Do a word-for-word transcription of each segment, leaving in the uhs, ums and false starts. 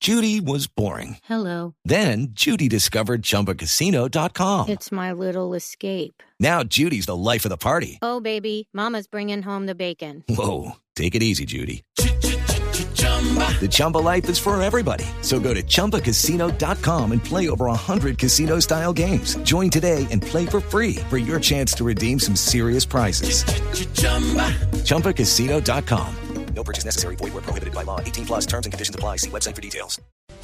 Judy was boring. Hello. Then Judy discovered Chumba Casino dot com. It's my little escape. Now Judy's the life of the party. Oh, baby, mama's bringing home the bacon. Whoa, take it easy, Judy. The Chumba life is for everybody. So go to Chumba Casino dot com and play over one hundred casino-style games. Join today and play for free for your chance to redeem some serious prizes. Chumba Casino dot com. No purchase necessary. Void where prohibited by law. eighteen plus terms and conditions apply. See website for details.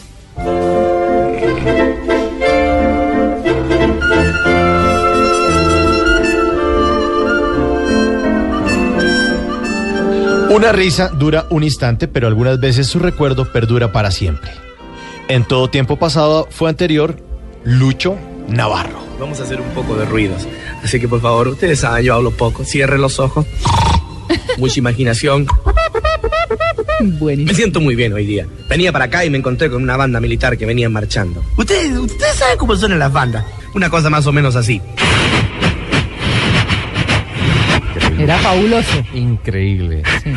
Una risa dura un instante, pero algunas veces su recuerdo perdura para siempre. En todo tiempo pasado fue anterior, Lucho Navarro. Vamos a hacer un poco de ruidos. Así que por favor, ustedes saben, yo hablo poco. Cierren los ojos. Mucha imaginación. Buenísimo. Me siento muy bien hoy día. Venía para acá y me encontré con una banda militar que venían marchando. Ustedes, ustedes saben cómo son en las bandas. Una cosa más o menos así. Era fabuloso. Increíble. Sí.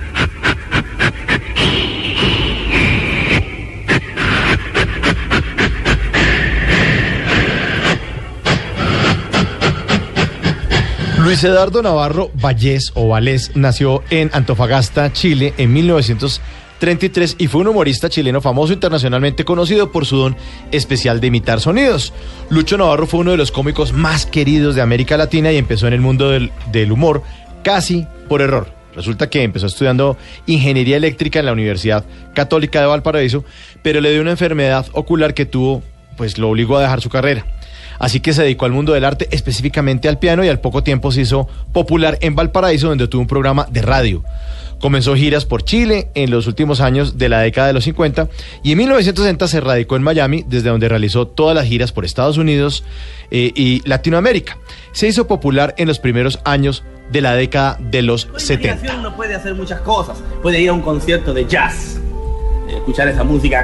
Luis Eduardo Navarro Vallés o Vallés nació en Antofagasta, Chile, en mil novecientos treinta y tres y fue un humorista chileno famoso internacionalmente conocido por su don especial de imitar sonidos. Lucho Navarro fue uno de los cómicos más queridos de América Latina y empezó en el mundo del, del humor casi por error. Resulta que empezó estudiando ingeniería eléctrica en la Universidad Católica de Valparaíso, pero le dio una enfermedad ocular que tuvo, pues lo obligó a dejar su carrera. Así que se dedicó al mundo del arte, específicamente al piano, y al poco tiempo se hizo popular en Valparaíso, donde tuvo un programa de radio. Comenzó giras por Chile en los últimos años de la década de los cincuenta y en mil novecientos sesenta se radicó en Miami, desde donde realizó todas las giras por Estados Unidos eh, y Latinoamérica. Se hizo popular en los primeros años de la década de los setenta. Uno puede hacer muchas cosas. Puede ir a un concierto de jazz, escuchar esa música.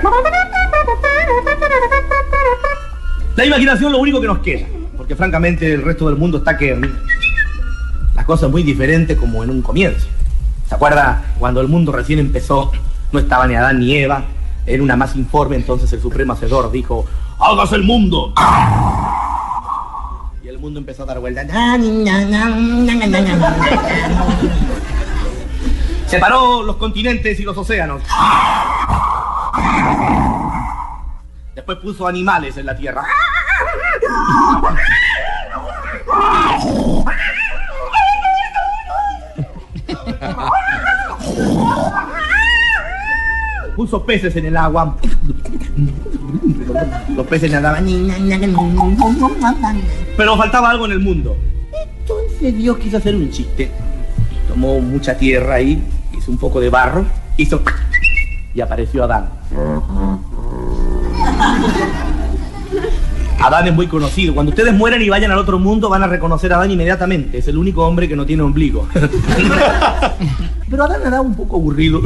La imaginación es lo único que nos queda, porque francamente el resto del mundo está que las cosas muy diferentes como en un comienzo. ¿Se acuerda cuando el mundo recién empezó? No estaba ni Adán ni Eva, era una masa informe, entonces el Supremo Hacedor dijo: ¡hágase el mundo! Y el mundo empezó a dar vueltas. Separó los continentes y los océanos. Después puso animales en la tierra. Puso peces en el agua. Los peces nadaban. Pero faltaba algo en el mundo. Entonces Dios quiso hacer un chiste. Tomó mucha tierra ahí, hizo un poco de barro, hizo... y apareció Adán. Adán es muy conocido. Cuando ustedes mueran y vayan al otro mundo, van a reconocer a Adán inmediatamente. Es el único hombre que no tiene ombligo. Pero Adán era un poco aburrido.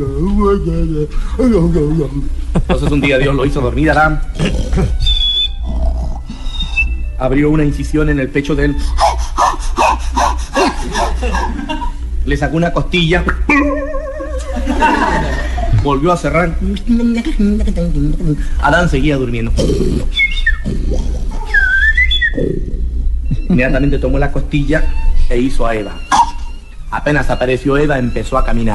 Entonces un día Dios lo hizo dormir a Adán. Abrió una incisión en el pecho de él. Le sacó una costilla. Volvió a cerrar. Adán seguía durmiendo. Inmediatamente tomó la costilla e hizo a Eva. Apenas apareció Eva, empezó a caminar.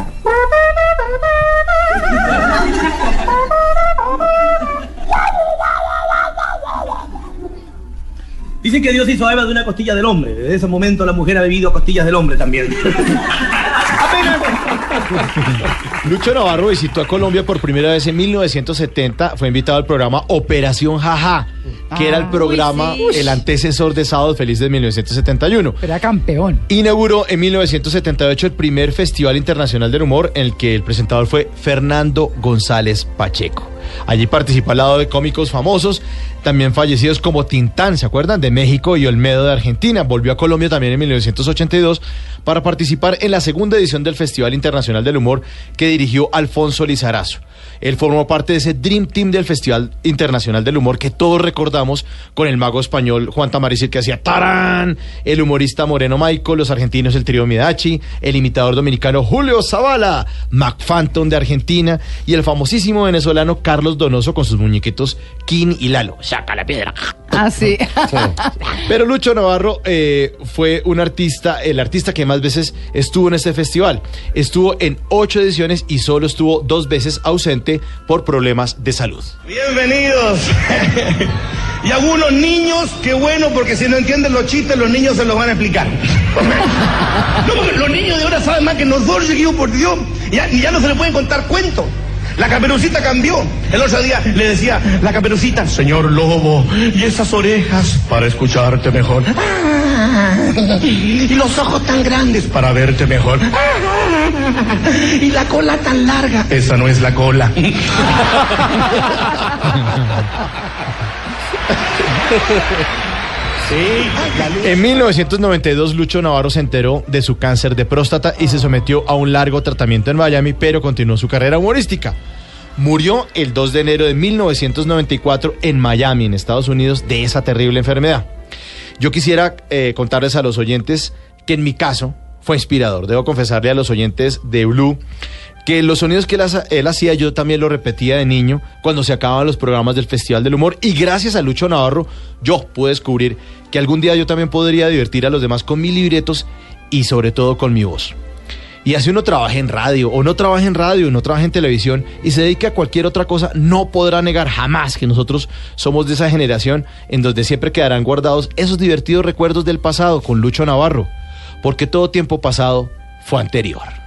Dicen que Dios hizo a Eva de una costilla del hombre. Desde ese momento la mujer ha bebido costillas del hombre también. Apenas. Lucho Navarro visitó a Colombia por primera vez en mil novecientos setenta. Fue invitado al programa Operación Jaja, que ah, era el programa, uy, sí. el antecesor de Sábados Felices de mil novecientos setenta y uno. Era campeón. Inauguró en mil novecientos setenta y ocho el primer Festival Internacional del Humor, en el que el presentador fue Fernando González Pacheco. Allí participó al lado de cómicos famosos, también fallecidos como Tintán, ¿se acuerdan? De México, y Olmedo de Argentina. Volvió a Colombia también en mil novecientos ochenta y dos para participar en la segunda edición del Festival Internacional del Humor que dirigió Alfonso Lizarazo. Él formó parte de ese Dream Team del Festival Internacional del Humor que todos recordamos, con el mago español Juan Tamariz, que hacía ¡tarán!, el humorista Moreno Michael, los argentinos el trío Midachi, el imitador dominicano Julio Zavala, Mac Phantom de Argentina y el famosísimo venezolano Carlos Donoso con sus muñequitos King y Lalo. ¡Saca la piedra! Ah, sí. Sí. Pero Lucho Navarro eh, fue un artista, el artista que más veces estuvo en este festival. Estuvo en ocho ediciones y solo estuvo dos veces ausente por problemas de salud. Bienvenidos. Y algunos niños, qué bueno, porque si no entienden los chistes, los niños se los van a explicar. No, porque los niños de ahora saben más que nosotros, chiquillos, por Dios. Ya, y ya no se les pueden contar cuentos. La Caperucita cambió. El otro día le decía la Caperucita: señor lobo, y esas orejas para escucharte mejor. Y los ojos tan grandes para verte mejor. Y la cola tan larga. Esa no es la cola. En mil novecientos noventa y dos, Lucho Navarro se enteró de su cáncer de próstata y se sometió a un largo tratamiento en Miami, pero continuó su carrera humorística. Murió el dos de enero de mil novecientos noventa y cuatro en Miami, en Estados Unidos, de esa terrible enfermedad. Yo quisiera eh, contarles a los oyentes que en mi caso fue inspirador. Debo confesarle a los oyentes de Blue que los sonidos que él, él hacía yo también lo repetía de niño cuando se acababan los programas del Festival del Humor, y gracias a Lucho Navarro yo pude descubrir que algún día yo también podría divertir a los demás con mis libretos y sobre todo con mi voz. Y así uno trabaje en radio o no trabaje en radio, no trabaje en televisión y se dedique a cualquier otra cosa, no podrá negar jamás que nosotros somos de esa generación en donde siempre quedarán guardados esos divertidos recuerdos del pasado con Lucho Navarro, porque todo tiempo pasado fue anterior.